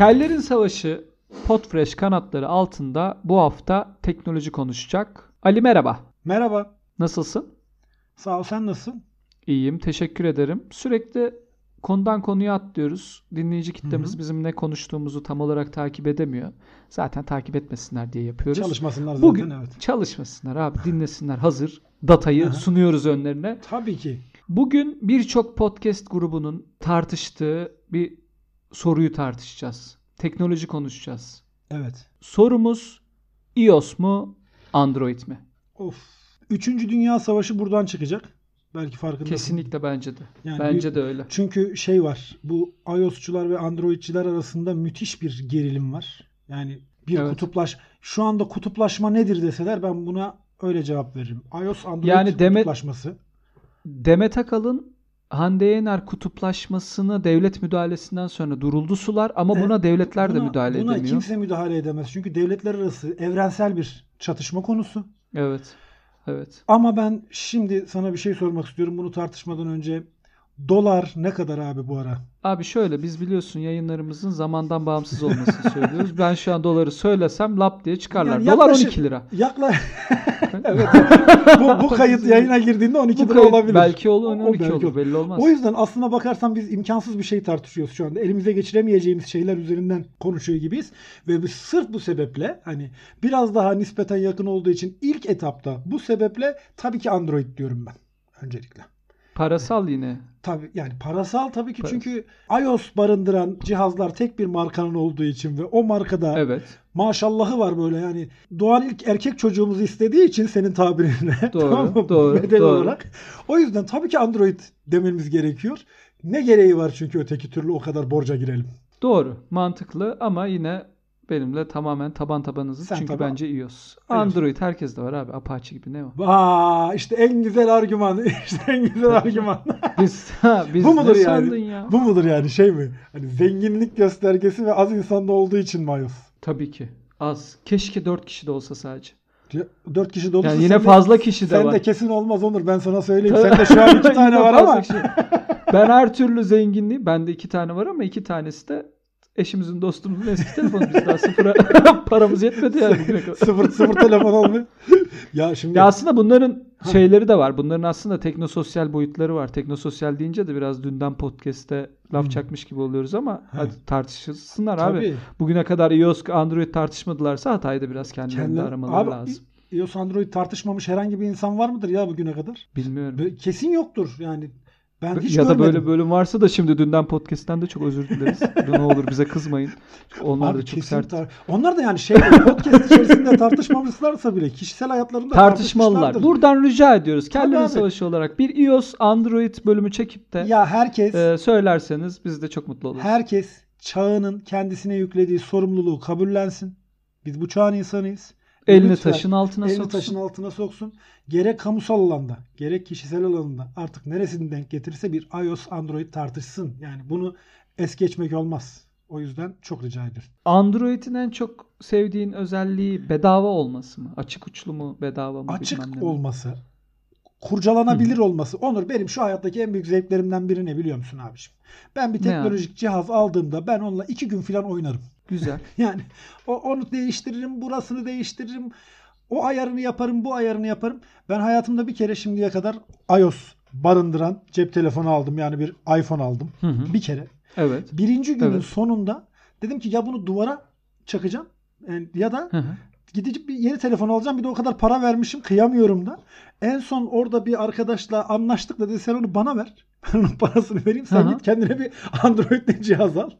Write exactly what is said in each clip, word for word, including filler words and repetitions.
Kellerin Savaşı Podfresh kanatları altında bu hafta teknoloji konuşacak. Ali merhaba. Merhaba. Nasılsın? Sağ ol, sen nasılsın? İyiyim, teşekkür ederim. Sürekli konudan konuya atlıyoruz. Dinleyici kitlemiz Hı-hı. bizim ne konuştuğumuzu tam olarak takip edemiyor. Zaten takip etmesinler diye yapıyoruz. Çalışmasınlar zaten. Bugün, evet. Çalışmasınlar abi, dinlesinler. Hazır datayı Hı-hı. sunuyoruz önlerine. Tabii ki. Bugün birçok podcast grubunun tartıştığı bir soruyu tartışacağız. Teknoloji konuşacağız. Evet. Sorumuz iOS mu, Android mi? Of. Üçüncü Dünya Savaşı buradan çıkacak. Belki farkındasın. Kesinlikle bence de. Yani bence bir, de öyle. Çünkü şey var. Bu iOS'çular ve Android'çiler arasında müthiş bir gerilim var. Yani bir evet. kutuplaş. Şu anda kutuplaşma nedir deseler ben buna öyle cevap veririm. iOS Android yani Demet, kutuplaşması. Demet Akalın Hande Yener kutuplaşmasını devlet müdahalesinden sonra duruldu sular ama buna e, devletler buna, de müdahale buna edemiyor. Buna kimse müdahale edemez. Çünkü devletler arası evrensel bir çatışma konusu. Evet. Evet. Ama ben şimdi sana bir şey sormak istiyorum bunu tartışmadan önce. Dolar ne kadar abi bu ara? Abi şöyle, biz biliyorsun yayınlarımızın zamandan bağımsız olmasını söylüyoruz. Ben şu an doları söylesem lap diye çıkarlar. Yani dolar on iki lira. Yakla. Evet. bu, bu kayıt yayına girdiğinde on iki bu lira olabilir. Belki olur, on iki olur, belli olmaz. O yüzden aslına bakarsan biz imkansız bir şey tartışıyoruz şu anda. Elimize geçiremeyeceğimiz şeyler üzerinden konuşuyor gibiyiz. Ve biz sırf bu sebeple hani biraz daha nispeten yakın olduğu için ilk etapta bu sebeple tabii ki Android diyorum ben öncelikle. Parasal yine. Tabii yani parasal tabii ki Parasal. Çünkü iOS barındıran cihazlar tek bir markanın olduğu için ve o markada evet. maşallahı var böyle yani doğan ilk erkek çocuğumuzu istediği için senin tabirinle doğru, tamam doğru, bedel doğru. olarak. O yüzden tabii ki Android dememiz gerekiyor. Ne gereği var çünkü öteki türlü o kadar borca girelim. Doğru, mantıklı ama yine benimle tamamen taban tabanızız. Sen çünkü tabii, bence iOS. Android herkeste var abi. Apache gibi ne o? Vaa işte en güzel argüman. İşte en güzel argüman. biz, ha, biz Bu mudur yani? Ya? Bu mudur yani şey mi? Hani zenginlik göstergesi ve az insanda olduğu için mi iOS? Tabii ki. Az. Keşke dört kişi de olsa sadece. dört kişi de olursa yani yine fazla de, kişi de sen var. Sen de kesin olmaz Onur. Ben sana söyleyeyim. Sen de şu an iki tane var ama. Ben her türlü zenginliği. Bende iki tane var ama iki tanesi de eşimizin, dostumuzun eski telefonu. Biz daha sıfıra paramız yetmedi yani bugüne kadar. sıfır, sıfır telefon olmuyor. ya şimdi ya aslında bunların şeyleri de var. Bunların aslında teknososyal boyutları var. Teknososyal deyince de biraz dünden podcast'te laf hmm. çakmış gibi oluyoruz ama hadi tartışsınlar Tabii. abi. Bugüne kadar iOS, Android tartışmadılarsa hatayı da biraz kendilerinde Kendi, aramaları abi, lazım. iOS, Android tartışmamış herhangi bir insan var mıdır ya bugüne kadar? Bilmiyorum. Kesin yoktur yani. Ben hiç ya görmedim. da böyle bölüm varsa da şimdi dünden podcast'ten de çok özür dileriz. ne olur bize kızmayın. Onlar Abi da çok sert. Tar- Onlar da yani şey podcast içerisinde tartışmamışlarsa bile kişisel hayatlarında tartışmalılar. Buradan rica ediyoruz. Kellerin Savaşı olarak bir iOS Android bölümü çekip de ya herkes e, söylerseniz biz de çok mutlu oluruz. Herkes çağının kendisine yüklediği sorumluluğu kabullensin. Biz bu çağın insanıyız. Elini Lütfen, taşın altına elini soksun. taşın altına soksun. Gerek kamusal alanda, gerek kişisel alanda artık neresini denk getirirse bir iOS, Android tartışsın. Yani bunu es geçmek olmaz. O yüzden çok rica ediyorum. Android'in en çok sevdiğin özelliği bedava olması mı? Açık uçlu mu, bedava mı? Açık olması. Kurcalanabilir Hı. olması. Onur benim şu hayattaki en büyük zevklerimden biri ne biliyor musun abiciğim? Ben bir teknolojik cihaz aldığımda ben onunla iki gün falan oynarım. Güzel. yani o, onu değiştiririm, burasını değiştiririm. O ayarını yaparım, bu ayarını yaparım. Ben hayatımda bir kere şimdiye kadar iOS barındıran cep telefonu aldım. Yani bir iPhone aldım. Hı hı. Bir kere. Evet. Birinci günün evet. sonunda dedim ki ya bunu duvara çakacağım yani ya da hı hı. gidip bir yeni telefon alacağım. Bir de o kadar para vermişim. Kıyamıyorum da. En son orada bir arkadaşla anlaştık da dedi sen onu bana ver. Ben onun parasını vereyim. Sen Hı-hı. git kendine bir Android'li cihaz al.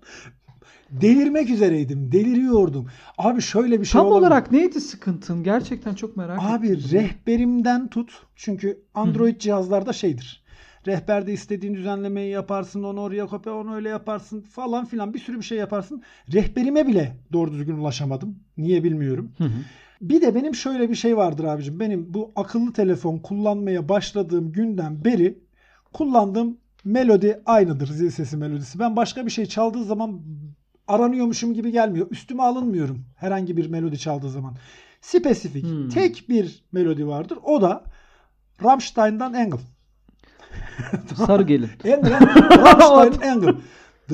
Delirmek üzereydim. Deliriyordum. Abi şöyle bir şey Tam olabilir. olarak neydi sıkıntın? Gerçekten çok merak Abi, ettim. Abi rehberimden tut. Çünkü Android Hı-hı. cihazlarda şeydir. Rehberde istediğin düzenlemeyi yaparsın. Onu oraya kopya, onu öyle yaparsın falan filan. Bir sürü bir şey yaparsın. Rehberime bile doğru düzgün ulaşamadım. Niye bilmiyorum. Hı hı. Bir de benim şöyle bir şey vardır abicim. Benim bu akıllı telefon kullanmaya başladığım günden beri kullandığım melodi aynıdır. Zil sesi melodisi. Ben başka bir şey çaldığı zaman aranıyormuşum gibi gelmiyor. Üstüme alınmıyorum herhangi bir melodi çaldığı zaman. Spesifik. Hmm. Tek bir melodi vardır. O da Rammstein'dan Engel. Sarı gelin. Engel. Rammstein Engel. Dudut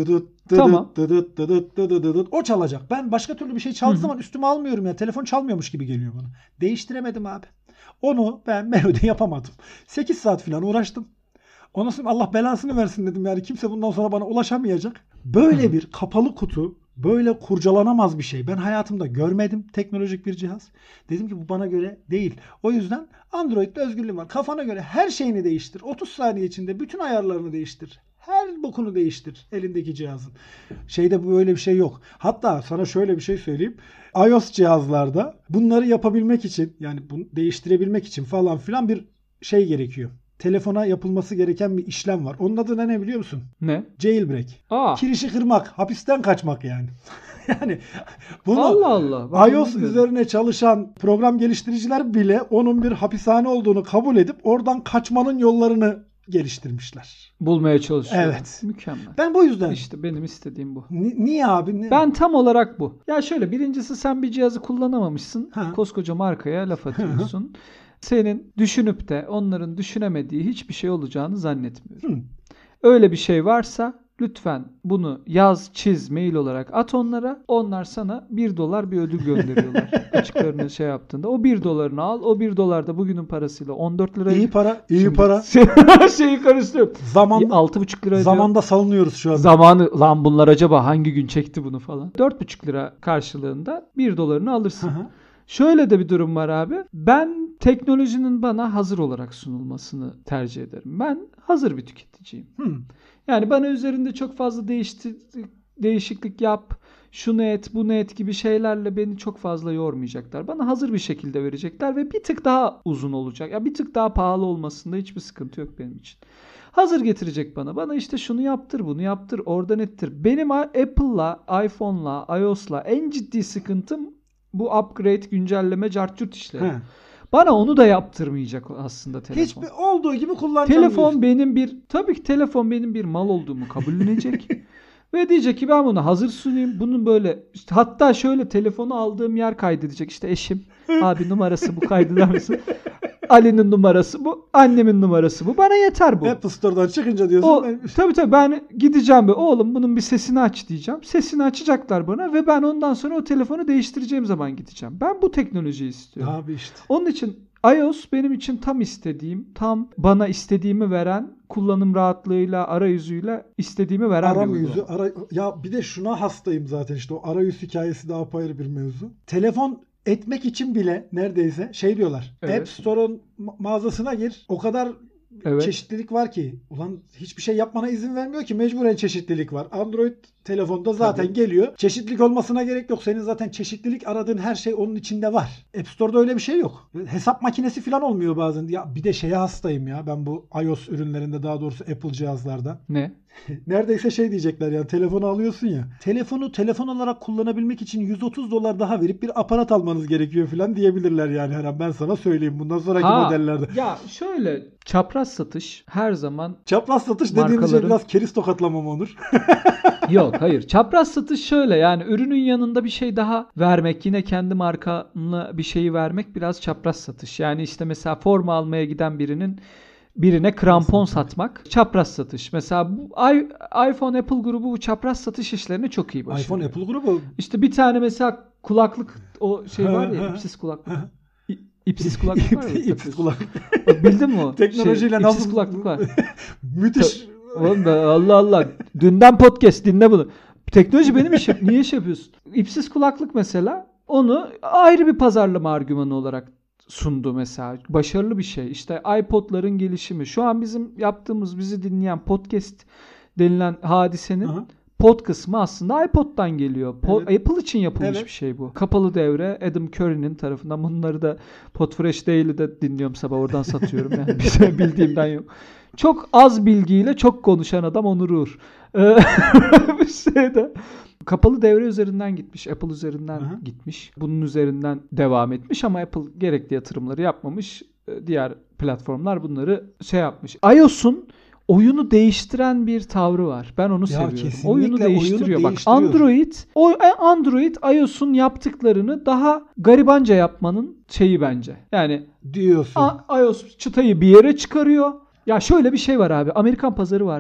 Tamam. Dıdıt, dıdıt, dıdıt, dıdıt. O çalacak. Ben başka türlü bir şey çaldığı Hı-hı. zaman üstüme almıyorum ya. Telefon çalmıyormuş gibi geliyor bana. Değiştiremedim abi. Onu ben melodi yapamadım. sekiz saat falan uğraştım. Ondan sonra Allah belasını versin dedim. Yani kimse bundan sonra bana ulaşamayacak. Böyle bir kapalı kutu, böyle kurcalanamaz bir şey ben hayatımda görmedim. Teknolojik bir cihaz. Dedim ki bu bana göre değil. O yüzden Android'de özgürlüğüm var. Kafana göre her şeyini değiştir. otuz saniye içinde bütün ayarlarını değiştir. Her bokunu değiştir elindeki cihazın. Şeyde böyle bir şey yok. Hatta sana şöyle bir şey söyleyeyim. iOS cihazlarda bunları yapabilmek için yani bunu değiştirebilmek için falan filan bir şey gerekiyor. Telefona yapılması gereken bir işlem var. Onun adı ne biliyor musun? Ne? Jailbreak. Aa. Kirişi kırmak, hapisten kaçmak yani. Yani bunu Allah Allah. iOS üzerine çalışan program geliştiriciler bile onun bir hapishane olduğunu kabul edip oradan kaçmanın yollarını geliştirmişler. Bulmaya çalışıyorlar. Evet. Mükemmel. Ben bu yüzden. İşte benim istediğim bu. Ni- niye abi? Ne? Ben tam olarak bu. Ya şöyle birincisi sen bir cihazı kullanamamışsın. Ha. Koskoca markaya laf atıyorsun. Senin düşünüp de onların düşünemediği hiçbir şey olacağını zannetmiyorum. Hı. Öyle bir şey varsa lütfen bunu yaz, çiz, mail olarak at onlara. Onlar sana bir dolar bir ödül gönderiyorlar. Açıklarını şey yaptığında. O bir dolarını al. O bir dolar da bugünün parasıyla on dört lira. İyi para, iyi Şimdi para. Şeyi karıştırıyorum. Zaman, altı buçuk lira. Zamanda salınıyoruz şu an. Zamanı lan bunlar acaba hangi gün çekti bunu falan. dört buçuk lira karşılığında bir dolarını alırsın. Hı hı. Şöyle de bir durum var abi. Ben teknolojinin bana hazır olarak sunulmasını tercih ederim. Ben hazır bir tüketiciyim. Hmm. Yani bana üzerinde çok fazla değişti, değişiklik yap, şunu et, bunu et gibi şeylerle beni çok fazla yormayacaklar. Bana hazır bir şekilde verecekler ve bir tık daha uzun olacak. Ya bir tık daha pahalı olmasında hiçbir sıkıntı yok benim için. Hazır getirecek bana. Bana işte şunu yaptır, bunu yaptır, oradan ettir. Benim Apple'la, iPhone'la, iOS'la en ciddi sıkıntım bu upgrade, güncelleme, cartçurt işleri. He. Bana onu da yaptırmayacak aslında telefon. Hiçbir olduğu gibi kullanacağım. Telefon diyorsun. benim bir, tabii ki telefon benim bir mal olduğumu kabullenecek. Ve diyecek ki ben bunu hazır sunayım. Bunun böyle işte hatta şöyle telefonu aldığım yer kaydedecek. İşte eşim, abi numarası bu kaydeder misin? Ali'nin numarası bu. Annemin numarası bu. Bana yeter bu. Apple Store'dan çıkınca diyorsun. O, ben... Tabii tabii ben gideceğim. Be, oğlum bunun bir sesini aç diyeceğim. Sesini açacaklar bana ve ben ondan sonra o telefonu değiştireceğim zaman gideceğim. Ben bu teknolojiyi istiyorum. Abi işte. Onun için iOS benim için tam istediğim, tam bana istediğimi veren, kullanım rahatlığıyla, arayüzüyle istediğimi veren arayüzü, bir ara, ya bir de şuna hastayım zaten işte o arayüz hikayesi daha apayrı bir mevzu. Telefon etmek için bile neredeyse şey diyorlar. Evet. App Store'un mağazasına gir. O kadar evet. çeşitlilik var ki. Ulan hiçbir şey yapmana izin vermiyor ki. Mecburen çeşitlilik var. Android telefonda zaten Tabii. geliyor. Çeşitlilik olmasına gerek yok. Senin zaten çeşitlilik aradığın her şey onun içinde var. App Store'da öyle bir şey yok. Hesap makinesi falan olmuyor bazen. Ya bir de şeye hastayım ya. Ben bu iOS ürünlerinde daha doğrusu Apple cihazlarda. Ne? Neredeyse şey diyecekler yani telefonu alıyorsun ya. Telefonu telefon olarak kullanabilmek için yüz otuz dolar daha verip bir aparat almanız gerekiyor falan diyebilirler yani her an. Ben sana söyleyeyim bundan sonraki ha, modellerde. Ya şöyle çapraz satış her zaman çapraz satış markaların... dediğimiz şey biraz keriz tokatlama mı Onur? Yok hayır. Çapraz satış şöyle yani ürünün yanında bir şey daha vermek, yine kendi markanla bir şeyi vermek biraz çapraz satış. Yani işte mesela forma almaya giden birinin birine krampon satmak çapraz satış. Mesela bu iPhone Apple grubu bu çapraz satış işlerini çok iyi başarıyor. iPhone Apple grubu. İşte bir tane mesela kulaklık o şey var ya ipsiz kulaklık. İpsiz kulaklık var ya. İpsiz kulaklık. Bildin mi o? Teknolojiyle şey, nasıl? İpsiz kulaklık var. Müthiş. Oğlum be, Allah Allah. Dünden podcast dinle bunu. Teknoloji benim işim. Niye iş yapıyorsun? İpsiz kulaklık mesela onu ayrı bir pazarlama argümanı olarak sundu mesela. Başarılı bir şey. İşte iPod'ların gelişimi. Şu an bizim yaptığımız, bizi dinleyen podcast denilen hadisenin Aha. pod kısmı aslında iPod'dan geliyor. Pod, evet. Apple için yapılmış evet. bir şey bu. Kapalı devre Adam Curry'nin tarafından. Bunları da Podfresh Daily'de dinliyorum sabah. Oradan satıyorum. Yani bir şey bildiğimden yok. Çok az bilgiyle çok konuşan adam Onur Uğur. Bir şeyde kapalı devre üzerinden gitmiş. Apple üzerinden Aha. gitmiş. Bunun üzerinden devam etmiş ama Apple gerekli yatırımları yapmamış. Diğer platformlar bunları şey yapmış. iOS'un oyunu değiştiren bir tavrı var. Ben onu ya seviyorum. Oyunu değiştiriyor. Oyunu Bak Android, o Android iOS'un yaptıklarını daha garibanca yapmanın şeyi bence. Yani diyorsun. A- iOS çıtayı bir yere çıkarıyor. Ya şöyle bir şey var abi. Amerikan pazarı var.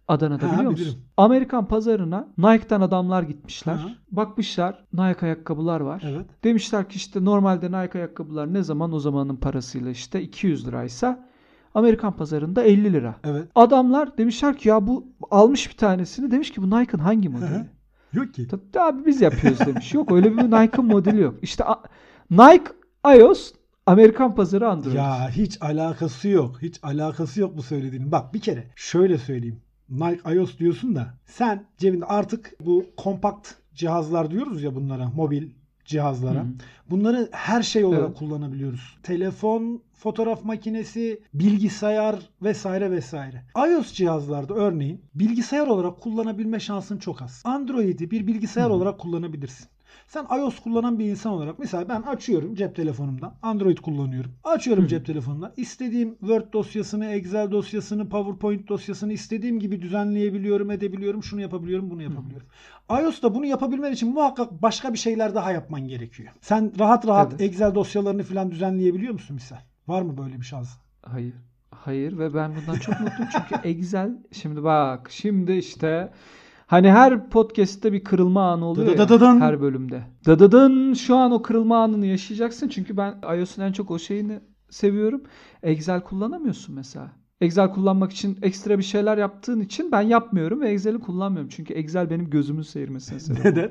Adana'da Ha, biliyor bilirim. musun? Amerikan pazarına Nike'dan adamlar gitmişler. Ha. Bakmışlar Nike ayakkabılar var. Evet. Demişler ki işte normalde Nike ayakkabılar ne zaman o zamanın parasıyla işte iki yüz liraysa Amerikan pazarında elli lira. Evet. Adamlar demişler ki ya bu almış bir tanesini demiş ki bu Nike'ın hangi modeli? Yok ki. Tabii abi biz yapıyoruz demiş. Yok öyle bir Nike'ın modeli yok. İşte Nike iOS, Amerikan pazarı Android. Ya hiç alakası yok. Hiç alakası yok bu söylediğinin. Bak bir kere şöyle söyleyeyim. Nike iOS diyorsun da sen cebinde artık bu kompakt cihazlar diyoruz ya bunlara, mobil cihazlara. Hı-hı. Bunları her şey olarak evet. kullanabiliyoruz. Telefon, fotoğraf makinesi, bilgisayar vesaire vesaire. iOS cihazlarda örneğin bilgisayar olarak kullanabilme şansın çok az. Android'i bir bilgisayar Hı-hı. olarak kullanabilirsin. Sen iOS kullanan bir insan olarak mesela ben açıyorum cep telefonumdan. Android kullanıyorum. Açıyorum Hı. cep telefonundan. İstediğim Word dosyasını, Excel dosyasını, PowerPoint dosyasını istediğim gibi düzenleyebiliyorum, edebiliyorum. Şunu yapabiliyorum, bunu yapabiliyorum. Hı. iOS'ta bunu yapabilmen için muhakkak başka bir şeyler daha yapman gerekiyor. Sen rahat rahat evet. Excel dosyalarını falan düzenleyebiliyor musun misal? Var mı böyle bir şans? Hayır. Hayır ve ben bundan çok mutluyum çünkü Excel şimdi bak şimdi işte hani her podcast'te bir kırılma anı oluyor ya, her bölümde. Dıdıdın şu an o kırılma anını yaşayacaksın. Çünkü ben iOS'un en çok o şeyini seviyorum. Excel kullanamıyorsun mesela. Excel kullanmak için ekstra bir şeyler yaptığın için ben yapmıyorum ve Excel'i kullanmıyorum. Çünkü Excel benim gözümün seyirmesine sebep. Neden?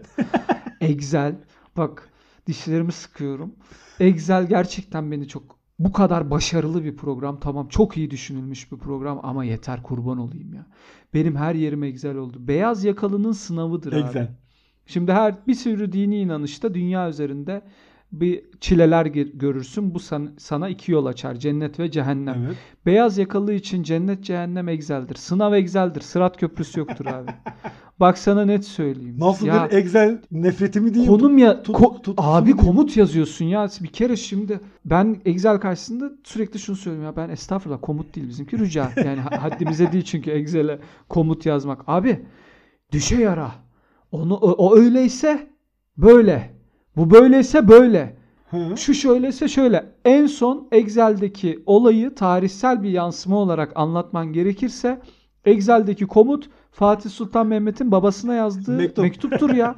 Excel bak dişlerimi sıkıyorum. Excel gerçekten beni çok bu kadar başarılı bir program. Tamam çok iyi düşünülmüş bir program ama yeter kurban olayım ya. Benim her yerim Excel oldu. Beyaz yakalının sınavıdır Excel. abi. Şimdi her bir sürü dini inanışta dünya üzerinde bir çileler görürsün. Bu sana iki yol açar. Cennet ve cehennem. Evet. Beyaz yakalı için cennet cehennem Excel'dir. Sınav Excel'dir. Sırat köprüsü yoktur abi. Bak sana net söyleyeyim. Nasıl ya, bir Excel nefreti mi diyeyim? Konum ya tut, ko- tut, abi komut diyeyim? Yazıyorsun ya. Bir kere şimdi ben Excel karşısında sürekli şunu söylüyorum ya ben estağfurullah komut değil bizimki rica. Yani haddimize değil çünkü Excel'e komut yazmak. Abi düşe yara. Onu o, o öyleyse böyle. Bu böyleyse böyle. Hı. Şu şöyleyse şöyle. En son Excel'deki olayı tarihsel bir yansıma olarak anlatman gerekirse Excel'deki komut Fatih Sultan Mehmet'in babasına yazdığı Mektup. mektuptur ya.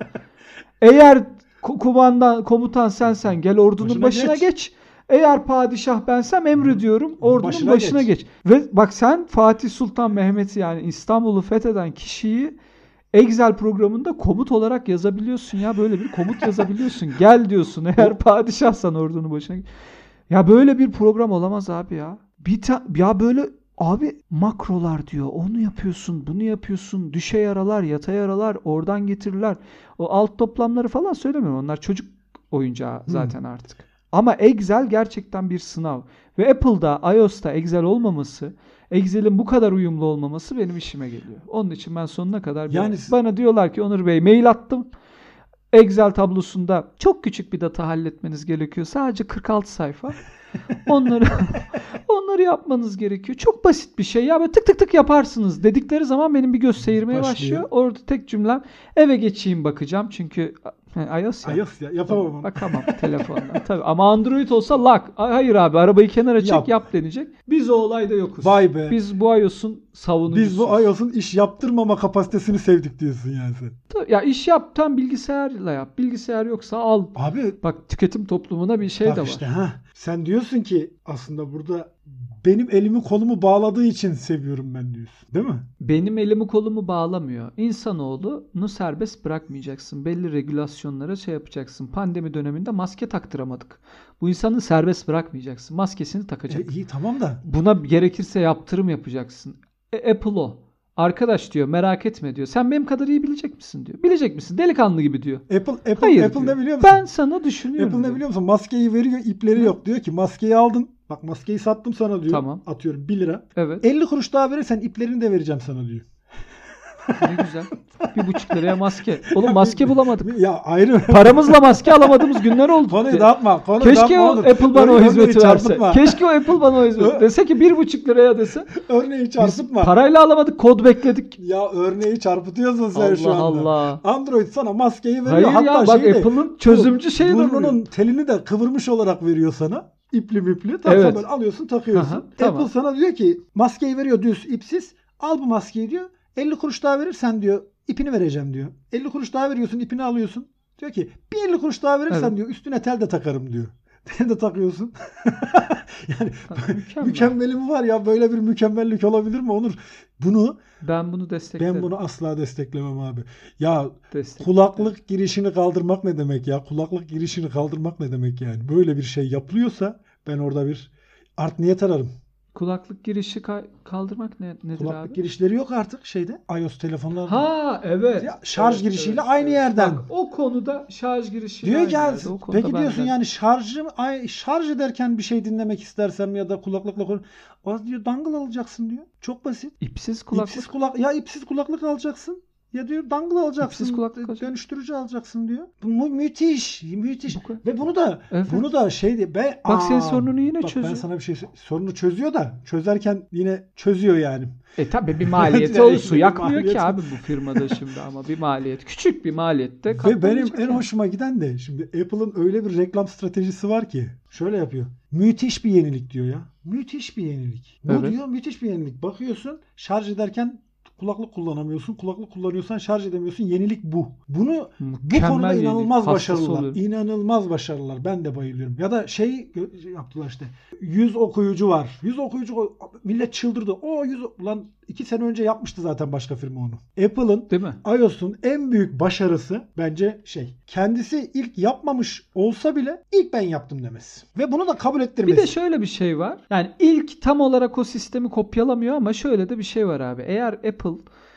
Eğer kumandan komutan sensen gel ordunun başına, başına geç. geç. Eğer padişah bensem emrediyorum ordunun başına, başına geç. geç. Ve bak sen Fatih Sultan Mehmet'i yani İstanbul'u fetheden kişiyi Excel programında komut olarak yazabiliyorsun ya. Böyle bir komut yazabiliyorsun. Gel diyorsun eğer padişahsan ordunun başına geç. Ya böyle bir program olamaz abi ya. Bir ta- ya böyle abi makrolar diyor. Onu yapıyorsun, bunu yapıyorsun. Düşe yaralar, yata yaralar, oradan getirirler. O alt toplamları falan söylemiyorum. Onlar çocuk oyuncağı zaten hmm. artık. Ama Excel gerçekten bir sınav. Ve Apple'da, iOS'ta Excel olmaması, Excel'in bu kadar uyumlu olmaması benim işime geliyor. Onun için ben sonuna kadar yani bir... bana diyorlar ki Onur Bey mail attım. Excel tablosunda çok küçük bir data halletmeniz gerekiyor. Sadece kırk altı sayfa. Onları onları yapmanız gerekiyor. Çok basit bir şey. Ya böyle tık tık tık yaparsınız dedikleri zaman benim bir göz seyirmeye başlıyor. başlıyor. Orada tek cümlem eve geçeyim bakacağım. Çünkü iOS ya. iOS ya yapamam onu. Bakamam telefonla. Tabii ama Android olsa lak. Hayır abi arabayı kenara çek yap, yap denecek. Biz o olayda yokuz. Vay be. Biz bu iOS'un savunucusuyuz. Biz bu iOS'un iş yaptırmama kapasitesini sevdik diyorsun yani sen. Tabii, ya iş yap tam bilgisayarla yap. Bilgisayar yoksa al. Abi bak tüketim toplumuna bir şey bak de var. Işte, ha. Sen diyorsun ki aslında burada benim elimi kolumu bağladığı için seviyorum ben diyorsun. Değil mi? Benim elimi kolumu bağlamıyor. İnsanoğlunu serbest bırakmayacaksın. Belli regülasyonlara şey yapacaksın. Pandemi döneminde maske taktıramadık. Bu insanı serbest bırakmayacaksın. Maskesini takacak. E, iyi tamam da. Buna gerekirse yaptırım yapacaksın. E, Apple o. Arkadaş diyor merak etme diyor. Sen benim kadar iyi bilecek misin diyor. Bilecek misin? Delikanlı gibi diyor. Apple Apple Hayır Apple diyor. ne biliyor musun? Ben sana düşünüyorum. Apple ne biliyor musun? Maskeyi veriyor, ipleri Hı. yok. Diyor ki maskeyi aldın. Bak maskeyi sattım sana diyor. Tamam. Atıyorum bir lira. Evet. elli kuruş daha verirsen iplerini de vereceğim sana diyor. Ne güzel. Bir buçuk liraya maske. Oğlum maske bulamadık. Ya ayrı. Paramızla maske alamadığımız günler oldu. Konuyu dağıtma. Konuyu Keşke dağıtma o olur. Apple bana o hizmeti verse. Keşke o Apple bana o hizmeti dese ki bir buçuk liraya dese. Örneği çarpıtma. Biz parayla alamadık. Kod bekledik. Ya örneği çarpıtıyorsun sen Allah şu anda. Allah. Android sana maskeyi veriyor. Hayır Hatta ya bak Apple'ın çözümcü şeyi de burnunun telini de kıvırmış olarak veriyor sana. İpli mipli. Tam evet. Böyle alıyorsun takıyorsun. Aha, tamam. Apple sana diyor ki maskeyi veriyor düz ipsiz. Al bu maskeyi diyor. elli kuruş daha verirsen diyor ipini vereceğim diyor. elli kuruş daha veriyorsun, ipini alıyorsun. Diyor ki bir elli kuruş daha verirsen evet. diyor üstüne tel de takarım diyor. Tel de takıyorsun. Yani mükemmel. Mükemmeli mi var ya? Böyle bir mükemmellik olabilir mi Onur? Bunu ben bunu desteklerim. Ben bunu asla desteklemem abi. Ya kulaklık girişini kaldırmak ne demek ya? Kulaklık girişini kaldırmak ne demek yani? Böyle bir şey yapılıyorsa ben orada bir art niyet ararım. Kulaklık girişi ka- kaldırmak ne, nedir Kulaklık abi? Kulaklık girişleri yok artık şeyde. iOS telefonlarda. Ha evet. Ya, şarj evet, girişiyle evet, aynı evet. yerden. Bak, o konuda şarj girişi diyor aynı ki ya, peki diyorsun benden. yani şarjı ay, şarj ederken bir şey dinlemek istersem ya da kulaklıkla konu. O diyor dangle alacaksın diyor. Çok basit. İpsiz kulaklık. İpsiz kulak ya ipsiz kulaklık alacaksın. Ya diyor dangle alacaksın. İpsiz kulaklık dönüştürücü alacaksın diyor. Bu mü- müthiş, müthiş. Bu, Ve bunu da evet. bunu da şey diye ben bak aa, senin sorununu yine bak çözüyor. Ben sana bir şey sorunu çözüyor da çözerken yine çözüyor yani. E tabi bir maliyeti o su yakmıyor maliyeti. Ki abi bu firmada şimdi ama bir maliyet. Küçük bir maliyette. Ve benim en yani. hoşuma giden de şimdi Apple'ın öyle bir reklam stratejisi var ki şöyle yapıyor. Müthiş bir yenilik diyor ya. Müthiş bir yenilik. Bu evet. diyor müthiş bir yenilik. Bakıyorsun şarj ederken kulaklık kullanamıyorsun. Kulaklık kullanıyorsan şarj edemiyorsun. Yenilik bu. Bunu Mükemmel bu konuda inanılmaz başarılılar. Oluyor. İnanılmaz başarılılar. Ben de bayılıyorum. Ya da şey yaptılar işte. yüz okuyucu var. yüz okuyucu millet çıldırdı. O yüz ulan iki sene önce yapmıştı zaten başka firma onu. Apple'ın iOS'un en büyük başarısı bence şey. Kendisi ilk yapmamış olsa bile ilk ben yaptım demesi. Ve bunu da kabul ettirmesi. Bir de şöyle bir şey var. Yani ilk tam olarak o sistemi kopyalamıyor ama şöyle de bir şey var abi. Eğer Apple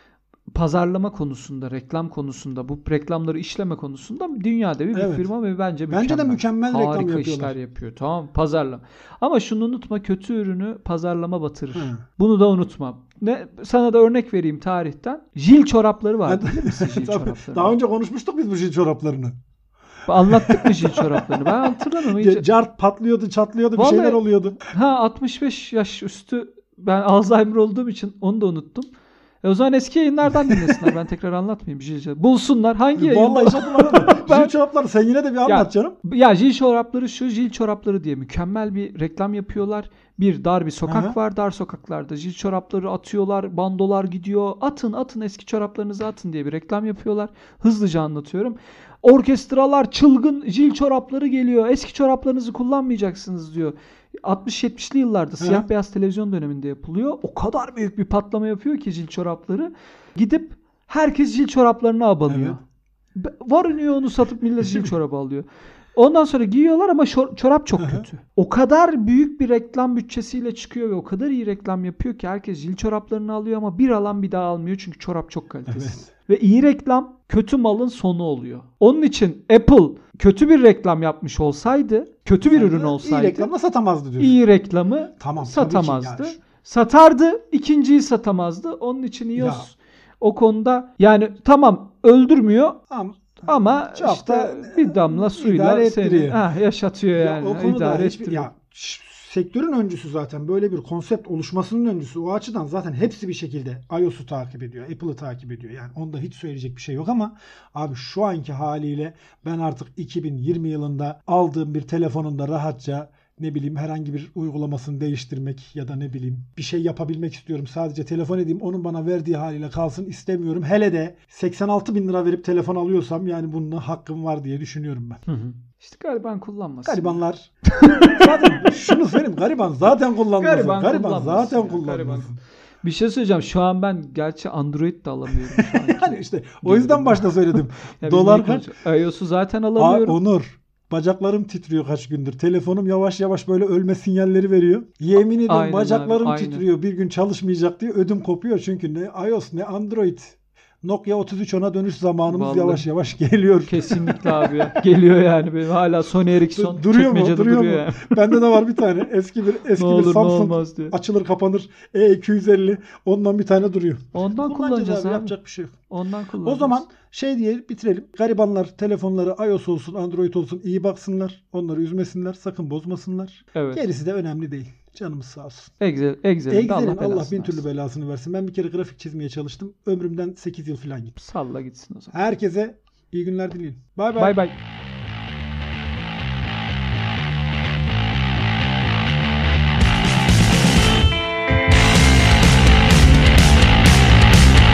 pazarlama konusunda, reklam konusunda, bu reklamları işleme konusunda dünya devi bir evet. firma ve bence mükemmel. Bence de mükemmel reklam harika yapıyorlar. işler yapıyor. Tamam, pazarlama. Ama şunu unutma, kötü ürünü pazarlama batırır. Hı. Bunu da unutma. Ne sana da örnek vereyim tarihten. Jil çorapları vardı. Bilir misin jil çoraplarını? Daha önce konuşmuştuk biz bu jil çoraplarını. Anlattık mı jil çoraplarını? Ben hatırlamıyorum iyice. Cart patlıyordu, çatlıyordu, vallahi, bir şeyler oluyordu. Ha altmış beş yaş üstü ben Alzheimer olduğum için onu da unuttum. E o zaman eski yayınlardan dinlesinler. Ben tekrar anlatmayayım. Jil bulsunlar. Hangi yayın? Vallahi hiç hatırlamadım. Jil çorapları sen yine de bir anlat ya, canım. Ya jil çorapları şu. Jil çorapları diye mükemmel bir reklam yapıyorlar. Bir dar bir sokak Aha. var. Dar sokaklarda jil çorapları atıyorlar. Bandolar gidiyor. Atın atın eski çoraplarınızı atın diye bir reklam yapıyorlar. Hızlıca anlatıyorum. Orkestralar çılgın jil çorapları geliyor. Eski çoraplarınızı kullanmayacaksınız diyor. altmış yetmişli yıllarda siyah beyaz televizyon döneminde yapılıyor. O kadar büyük bir patlama yapıyor ki jil çorapları. Gidip herkes jil çoraplarına abanıyor. Evet. Varınıyor onu satıp millet jil çorabı alıyor. Ondan sonra giyiyorlar ama şor- çorap çok kötü. O kadar büyük bir reklam bütçesiyle çıkıyor ve o kadar iyi reklam yapıyor ki herkes jil çoraplarını alıyor ama bir alan bir daha almıyor çünkü çorap çok kalitesiz. Evet. Ve iyi reklam kötü malın sonu oluyor. Onun için Apple kötü bir reklam yapmış olsaydı, kötü bir yani ürün olsaydı, iyi reklamı satamazdı diyorsun. İyi reklamı tamam, satamazdı. Yani. Satardı, ikinciyi satamazdı. Onun için iOS ya. O konuda yani tamam öldürmüyor ama, ama çok işte da bir damla suyla seni ha, yaşatıyor ya yani. O konuda hiçbir, ya, sektörün öncüsü zaten böyle bir konsept oluşmasının öncüsü. O açıdan zaten hepsi bir şekilde iOS'u takip ediyor. Apple'ı takip ediyor. Yani onda hiç söyleyecek bir şey yok ama abi şu anki haliyle ben artık iki bin yirmi yılında aldığım bir telefonunda rahatça ne bileyim herhangi bir uygulamasını değiştirmek ya da ne bileyim bir şey yapabilmek istiyorum. Sadece telefon edeyim onun bana verdiği haliyle kalsın istemiyorum. Hele de seksen altı bin lira verip telefon alıyorsam yani bunun hakkım var diye düşünüyorum ben. Hı hı. İşte gariban kullanmasın. Garibanlar. Zaten şunu söyleyeyim. Gariban zaten kullanmasın. Gariban, gariban zaten ya, kullanmasın. Gariban. Bir şey söyleyeceğim. Şu an ben gerçi Android de alamıyorum. Şu yani işte o yüzden başta söyledim. Dolar kaç? iOS'u zaten alamıyorum. Aa, Onur. Bacaklarım titriyor kaç gündür. Telefonum yavaş yavaş böyle ölme sinyalleri veriyor. Yemin ederim aynen bacaklarım abi, titriyor. Aynen. Bir gün çalışmayacak diye ödüm kopuyor. Çünkü ne iOS ne Android. Nokia otuz üç ona dönüş zamanımız vallahi yavaş yavaş geliyor. Kesinlikle abi ya. Geliyor yani. Benim hala Sony Ericsson duruyor mu? Duruyor, duruyor mu? Yani. Bende de var bir tane. Eski bir eski olur, bir Samsung açılır kapanır. E iki yüz elli ondan bir tane duruyor. Ondan kullanacağız abi. Yapacak bir şey yok. Ondan kullanacağız. O zaman şey diye bitirelim. Garibanlar telefonları iOS olsun, Android olsun iyi baksınlar. Onları üzmesinler, sakın bozmasınlar. Evet. Gerisi de önemli değil. Canımız sağ olsun. Excel, Excel'in Allah, Allah bin türlü belasını versin. Ben bir kere grafik çizmeye çalıştım. Ömrümden sekiz yıl falan gitti. Salla gitsin o zaman. Herkese iyi günler dileyin. Bay bay. Bay bay.